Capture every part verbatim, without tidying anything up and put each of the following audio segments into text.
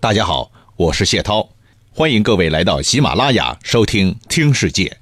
大家好，我是谢涛，欢迎各位来到喜马拉雅收听听世界。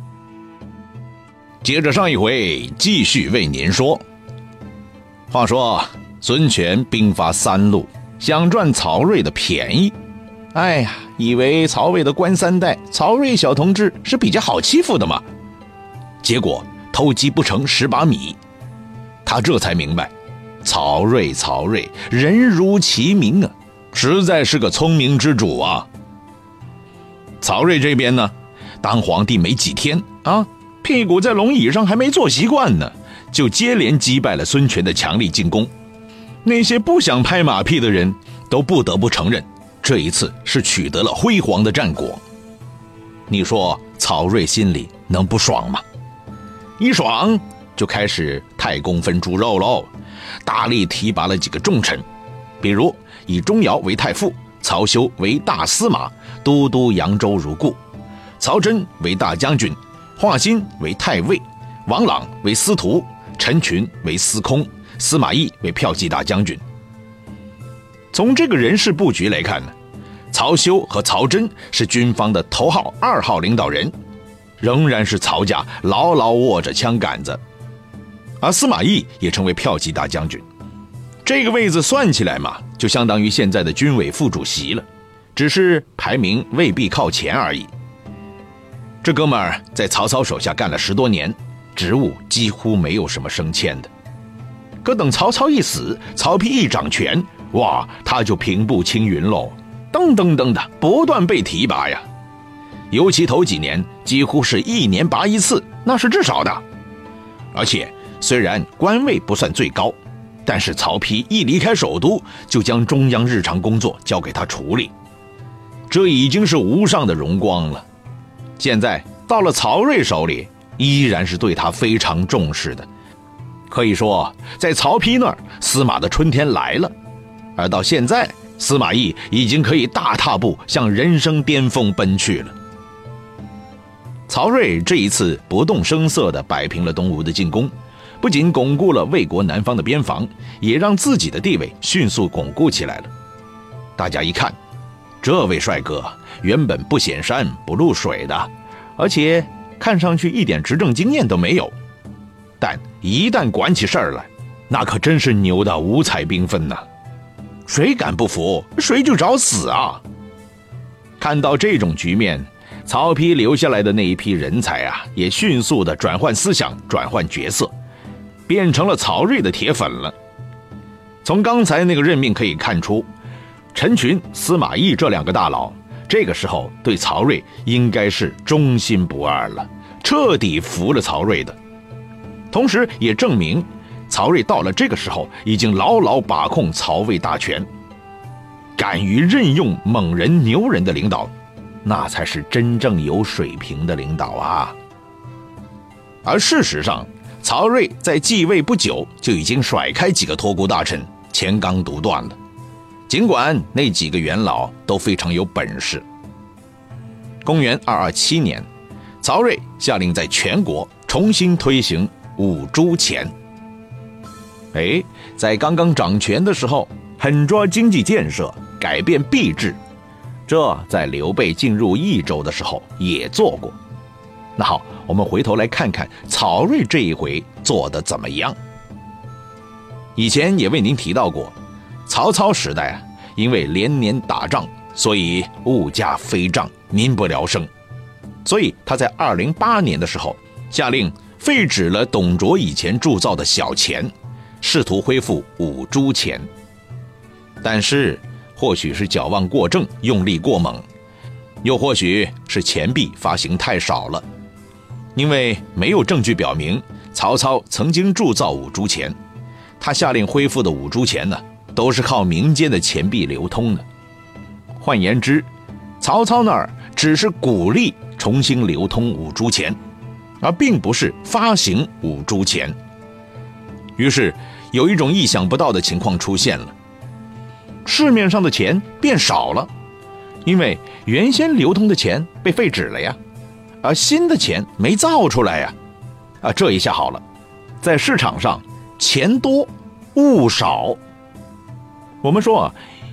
接着上一回继续为您说。话说孙权兵发三路，想赚曹睿的便宜。哎呀，以为曹魏的官三代曹睿小同志是比较好欺负的嘛，结果偷鸡不成蚀把米。他这才明白，曹睿曹睿人如其名啊，实在是个聪明之主啊。曹睿这边呢，当皇帝没几天啊，屁股在龙椅上还没坐习惯呢，就接连击败了孙权的强力进攻。那些不想拍马屁的人都不得不承认，这一次是取得了辉煌的战果。你说曹睿心里能不爽吗？一爽就开始太公分猪肉喽，大力提拔了几个重臣，比如以钟繇为太傅，曹休为大司马，都督扬州如故；曹真为大将军，华歆为太尉，王朗为司徒，陈群为司空，司马懿为骠骑大将军。从这个人事布局来看呢，曹休和曹真是军方的头号、二号领导人，仍然是曹家牢牢握着枪杆子，而司马懿也成为骠骑大将军。这个位子算起来嘛，就相当于现在的军委副主席了，只是排名未必靠前而已。这哥们儿在曹操手下干了十多年，职务几乎没有什么升迁的。可等曹操一死，曹丕一掌权，哇，他就平步青云喽，噔噔噔的不断被提拔呀。尤其头几年几乎是一年拔一次，那是至少的。而且虽然官位不算最高，但是曹丕一离开首都，就将中央日常工作交给他处理，这已经是无上的荣光了。现在到了曹睿手里，依然是对他非常重视的。可以说在曹丕那儿，司马的春天来了，而到现在司马懿已经可以大踏步向人生巅峰奔去了。曹睿这一次不动声色地摆平了东吴的进攻，不仅巩固了魏国南方的边防，也让自己的地位迅速巩固起来了。大家一看，这位帅哥原本不显山不露水的，而且看上去一点执政经验都没有，但一旦管起事儿来，那可真是牛的五彩缤纷呐！谁敢不服，谁就找死啊！看到这种局面，曹丕留下来的那一批人才啊，也迅速的转换思想，转换角色，变成了曹睿的铁粉了。从刚才那个任命可以看出，陈群、司马懿这两个大佬这个时候对曹睿应该是忠心不二了，彻底服了曹睿的。同时也证明曹睿到了这个时候已经牢牢把控曹魏大权，敢于任用猛人牛人的领导，那才是真正有水平的领导啊。而事实上，曹睿在继位不久就已经甩开几个托孤大臣，钱纲独断了。尽管那几个元老都非常有本事。公元二二七年，曹睿下令在全国重新推行五铢钱。哎，在刚刚掌权的时候，狠抓经济建设，改变币制，这在刘备进入益州的时候也做过。那好，我们回头来看看曹睿这一回做得怎么样。以前也为您提到过，曹操时代啊，因为连年打仗，所以物价飞涨，民不聊生。所以他在二零零八年的时候下令废止了董卓以前铸造的小钱，试图恢复五铢钱。但是或许是矫枉过正，用力过猛，又或许是钱币发行太少了，因为没有证据表明曹操曾经铸造五铢钱，他下令恢复的五铢钱呢，都是靠民间的钱币流通的。换言之，曹操那儿只是鼓励重新流通五铢钱，而并不是发行五铢钱。于是有一种意想不到的情况出现了，市面上的钱变少了，因为原先流通的钱被废止了呀，而新的钱没造出来呀。啊，这一下好了，在市场上钱多物少。我们说啊，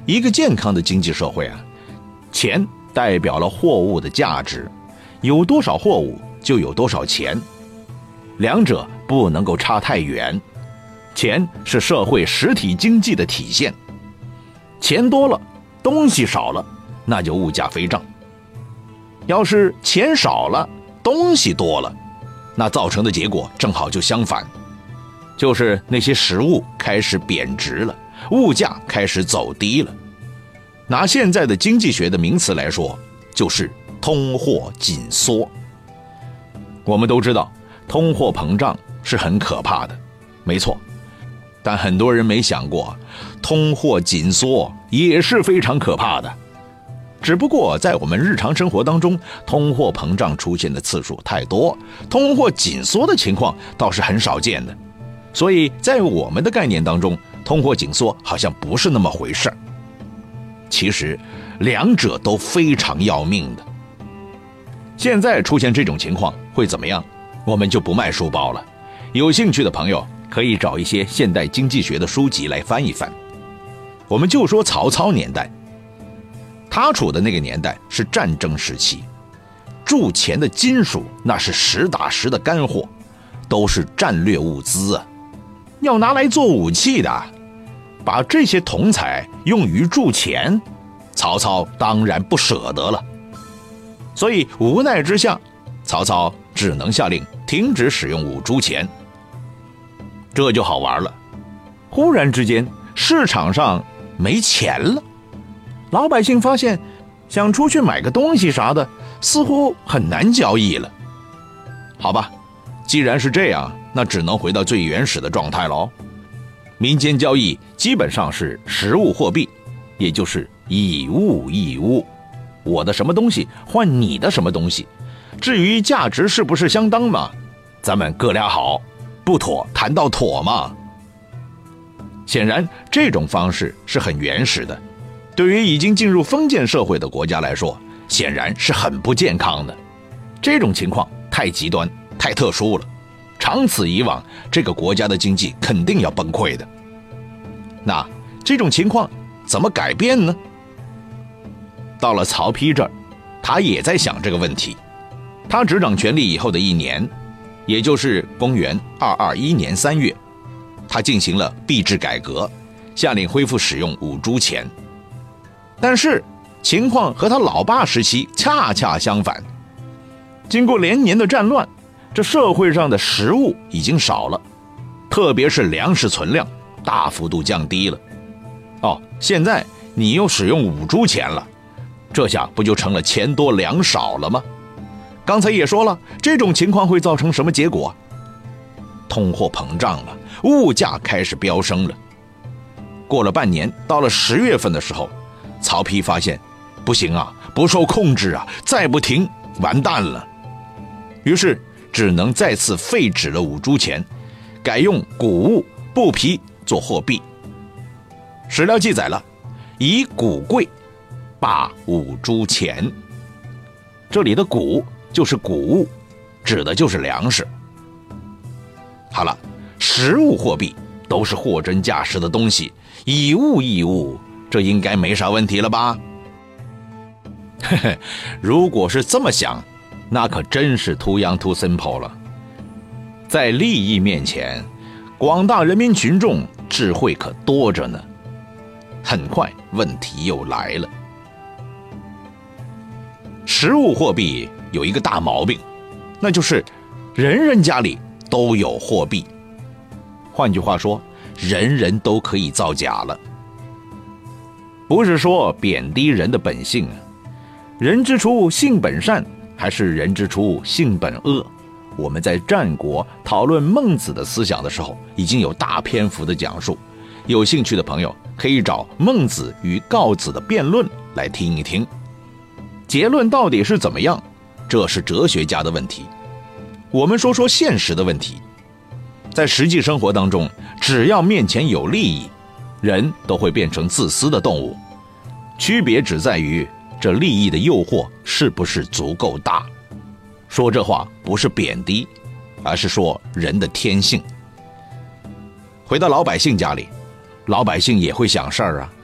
一个健康的经济社会啊，钱代表了货物的价值，有多少货物就有多少钱，两者不能够差太远。钱是社会实体经济的体现，钱多了，东西少了，那就物价飞涨；要是钱少了，东西多了，那造成的结果正好就相反，就是那些食物开始贬值了，物价开始走低了。拿现在的经济学的名词来说，就是通货紧缩。我们都知道，通货膨胀是很可怕的，没错。但很多人没想过，通货紧缩也是非常可怕的。只不过在我们日常生活当中，通货膨胀出现的次数太多，通货紧缩的情况倒是很少见的。所以在我们的概念当中，通货紧缩好像不是那么回事。其实两者都非常要命的。现在出现这种情况会怎么样？我们就不卖书包了。有兴趣的朋友可以找一些现代经济学的书籍来翻一翻。我们就说曹操年代，他处的那个年代是战争时期，铸钱的金属那是实打实的干货，都是战略物资啊，要拿来做武器的。把这些铜材用于铸钱，曹操当然不舍得了。所以无奈之下，曹操只能下令停止使用五铢钱。这就好玩了，忽然之间市场上没钱了，老百姓发现想出去买个东西啥的似乎很难交易了。好吧，既然是这样，那只能回到最原始的状态了。民间交易基本上是实物货币，也就是以物易物，我的什么东西换你的什么东西，至于价值是不是相当嘛，咱们各俩好，不妥谈到妥嘛。显然这种方式是很原始的，对于已经进入封建社会的国家来说，显然是很不健康的。这种情况太极端太特殊了，长此以往，这个国家的经济肯定要崩溃的。那这种情况怎么改变呢？到了曹丕这儿，他也在想这个问题。他执掌权力以后的一年，也就是公元二二一年三月，他进行了币制改革，下令恢复使用五铢钱。但是情况和他老爸时期恰恰相反，经过连年的战乱，这社会上的食物已经少了，特别是粮食存量大幅度降低了。哦，现在你又使用五铢钱了，这下不就成了钱多粮少了吗？刚才也说了，这种情况会造成什么结果？通货膨胀了，物价开始飙升了。过了半年，到了十月份的时候，曹丕发现不行啊，不受控制啊，再不停完蛋了。于是只能再次废止了五铢钱，改用谷物布匹做货币。史料记载了，以谷贵罢五铢钱。这里的谷就是谷物，指的就是粮食。好了，实物货币都是货真价实的东西，以物易物，这应该没啥问题了吧？嘿嘿，如果是这么想，那可真是 too young too simple 了。在利益面前，广大人民群众智慧可多着呢。很快问题又来了。实物货币有一个大毛病，那就是人人家里都有货币。换句话说，人人都可以造假了。不是说贬低人的本性啊，人之初性本善，还是人之初性本恶？我们在战国讨论孟子的思想的时候，已经有大篇幅的讲述。有兴趣的朋友可以找孟子与告子的辩论来听一听。结论到底是怎么样？这是哲学家的问题。我们说说现实的问题。在实际生活当中，只要面前有利益，人都会变成自私的动物。区别只在于这利益的诱惑是不是足够大。说这话不是贬低，而是说人的天性。回到老百姓家里，老百姓也会想事儿啊，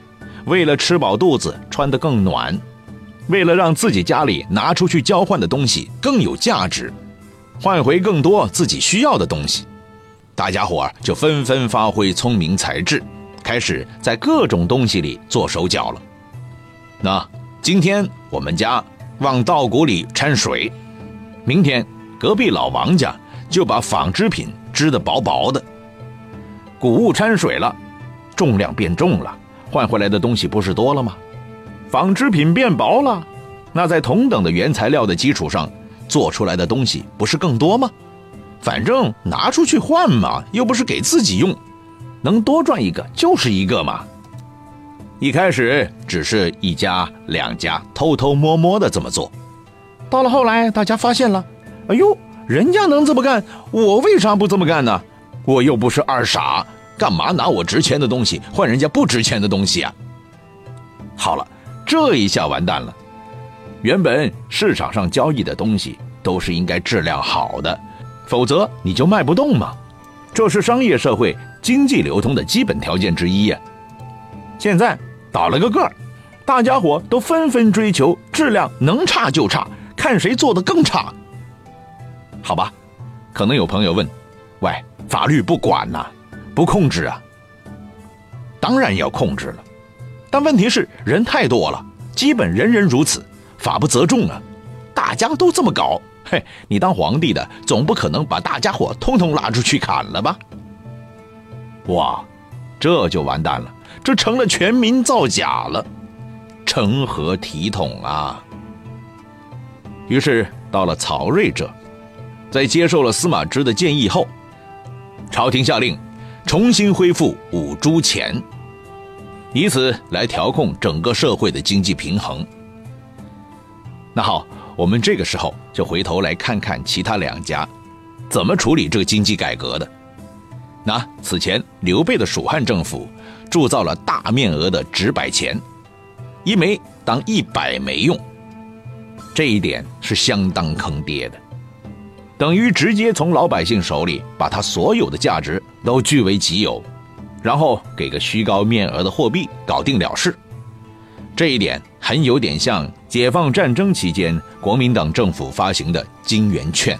为了吃饱肚子穿得更暖，为了让自己家里拿出去交换的东西更有价值，换回更多自己需要的东西，大家伙就纷纷发挥聪明才智，开始在各种东西里做手脚了。那今天我们家往稻谷里掺水，明天隔壁老王家就把纺织品织得薄薄的。谷物掺水了，重量变重了，换回来的东西不是多了吗？纺织品变薄了，那在同等的原材料的基础上做出来的东西不是更多吗？反正拿出去换嘛，又不是给自己用，能多赚一个就是一个嘛。一开始只是一家两家偷偷摸摸的这么做，到了后来大家发现了，哎呦，人家能这么干，我为啥不这么干呢？我又不是二傻，干嘛拿我值钱的东西换人家不值钱的东西啊？好了，这一下完蛋了。原本市场上交易的东西都是应该质量好的，否则你就卖不动嘛。这是商业社会经济流通的基本条件之一呀。现在倒了个个儿，大家伙都纷纷追求质量能差就差，看谁做得更差。好吧，可能有朋友问，喂，法律不管呐，不控制啊？当然要控制了，但问题是人太多了，基本人人如此，法不责众啊。大家都这么搞，嘿，你当皇帝的总不可能把大家伙通通拉出去砍了吧？哇，这就完蛋了，这成了全民造假了，成何体统啊！于是到了曹睿这，在接受了司马芝的建议后，朝廷下令重新恢复五铢钱，以此来调控整个社会的经济平衡。那好，我们这个时候就回头来看看其他两家怎么处理这个经济改革的。那此前刘备的蜀汉政府铸造了大面额的纸百钱，一枚当一百枚用，这一点是相当坑爹的，等于直接从老百姓手里把他所有的价值都据为己有，然后给个虚高面额的货币搞定了事。这一点很有点像解放战争期间国民党政府发行的金圆券。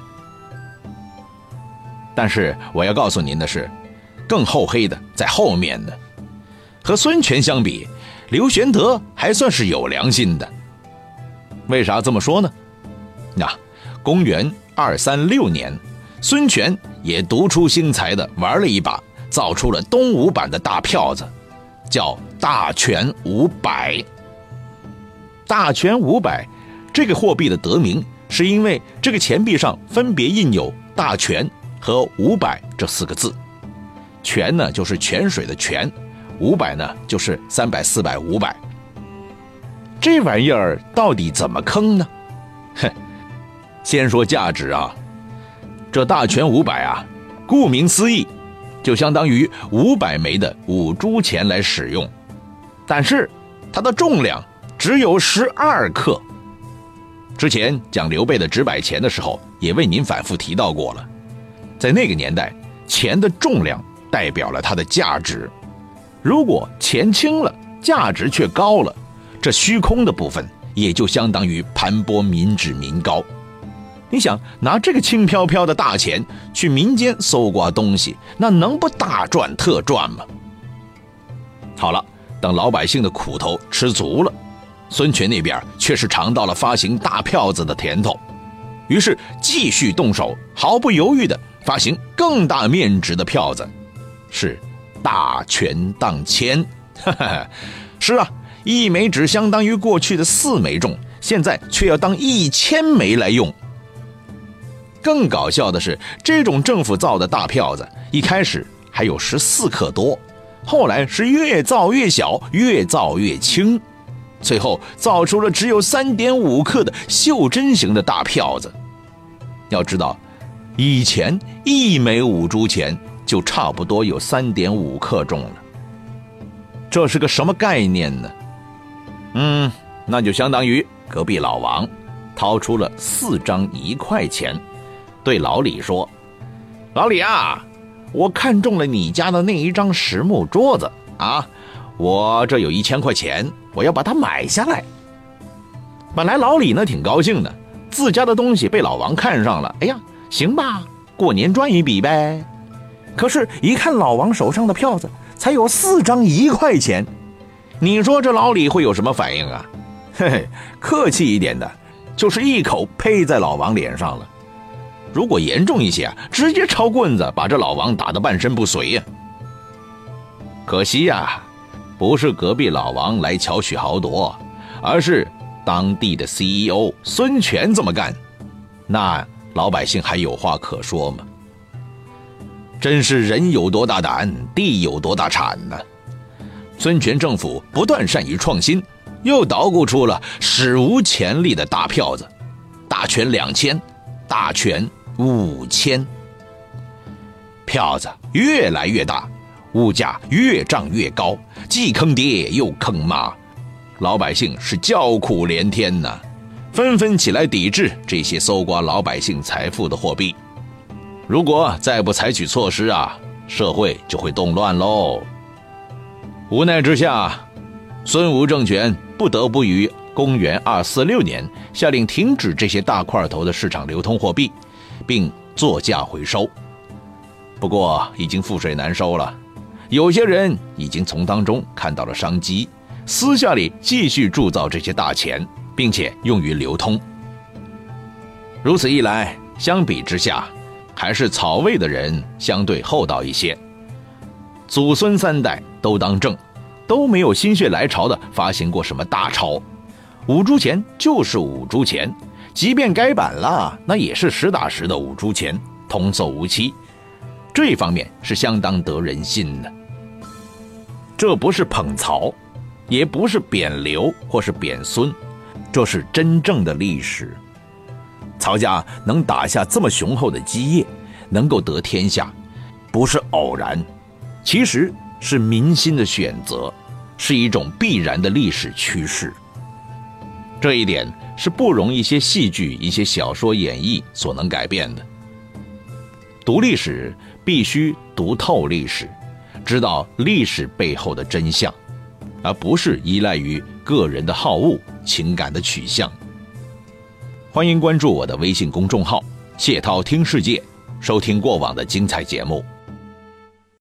但是我要告诉您的是，更厚黑的在后面呢。和孙权相比，刘玄德还算是有良心的。为啥这么说呢？那公元二三六年，孙权也独出心裁的玩了一把，造出了东吴版的大票子，叫大权五百。大权五百这个货币的得名，是因为这个钱币上分别印有大权和五百这四个字。泉呢就是泉水的泉，五百呢就是三百四百五百。这玩意儿到底怎么坑呢？哼，先说价值啊，这大权五百啊，顾名思义，就相当于五百枚的五铢钱来使用，但是它的重量只有十二克。之前讲刘备的纸百钱的时候，也为您反复提到过了，在那个年代，钱的重量代表了它的价值。如果钱轻了，价值却高了，这虚空的部分也就相当于盘剥民脂民膏。你想拿这个轻飘飘的大钱去民间搜刮东西，那能不大赚特赚吗？好了，等老百姓的苦头吃足了，孙权那边却是尝到了发行大票子的甜头，于是继续动手，毫不犹豫地发行更大面值的票子，是大权当千。是啊，一枚纸相当于过去的四枚重，现在却要当一千枚来用。更搞笑的是，这种政府造的大票子一开始还有十四克多，后来是越造越小，越造越轻，最后造出了只有 三点五克的袖珍型的大票子。要知道，以前一枚五铢钱就差不多有 三点五克重了，这是个什么概念呢？嗯，那就相当于隔壁老王掏出了四张一块钱，对老李说：“老李啊，我看中了你家的那一张实木桌子啊， 我这有一千块钱，我要把它买下来。本来老李呢挺高兴的，自家的东西被老王看上了，哎呀，行吧，过年赚一笔呗。可是一看老王手上的票子才有四张一块钱，你说这老李会有什么反应啊？嘿嘿，客气一点的就是一口呸在老王脸上了，如果严重一些啊，直接抄棍子把这老王打得半身不遂呀、啊。可惜呀、啊，不是隔壁老王来巧取豪夺，而是当地的 C E O 孙权这么干，那老百姓还有话可说吗？真是人有多大胆，地有多大产呢、啊？孙权政府不断善于创新，又捣鼓出了史无前例的大票子，大权两千，大权五千，票子越来越大，物价越涨越高，既坑爹又坑妈，老百姓是叫苦连天呐，纷纷起来抵制这些搜刮老百姓财富的货币。如果再不采取措施啊，社会就会动乱喽。无奈之下，孙吴政权不得不于公元二四六年下令停止这些大块头的市场流通货币，并作价回收。不过已经覆水难收了，有些人已经从当中看到了商机，私下里继续铸造这些大钱，并且用于流通。如此一来，相比之下，还是曹魏的人相对厚道一些，祖孙三代都当政，都没有心血来潮的发行过什么大钞，五铢钱就是五铢钱，即便改版了，那也是实打实的五铢钱，童叟无欺。这方面是相当得人心的。这不是捧曹，也不是贬刘或是贬孙，这是真正的历史。曹家能打下这么雄厚的基业，能够得天下，不是偶然，其实是民心的选择，是一种必然的历史趋势。这一点是不容一些戏剧、一些小说演绎所能改变的。读历史必须读透历史，知道历史背后的真相，而不是依赖于个人的好恶、情感的取向。欢迎关注我的微信公众号谢涛听世界，收听过往的精彩节目。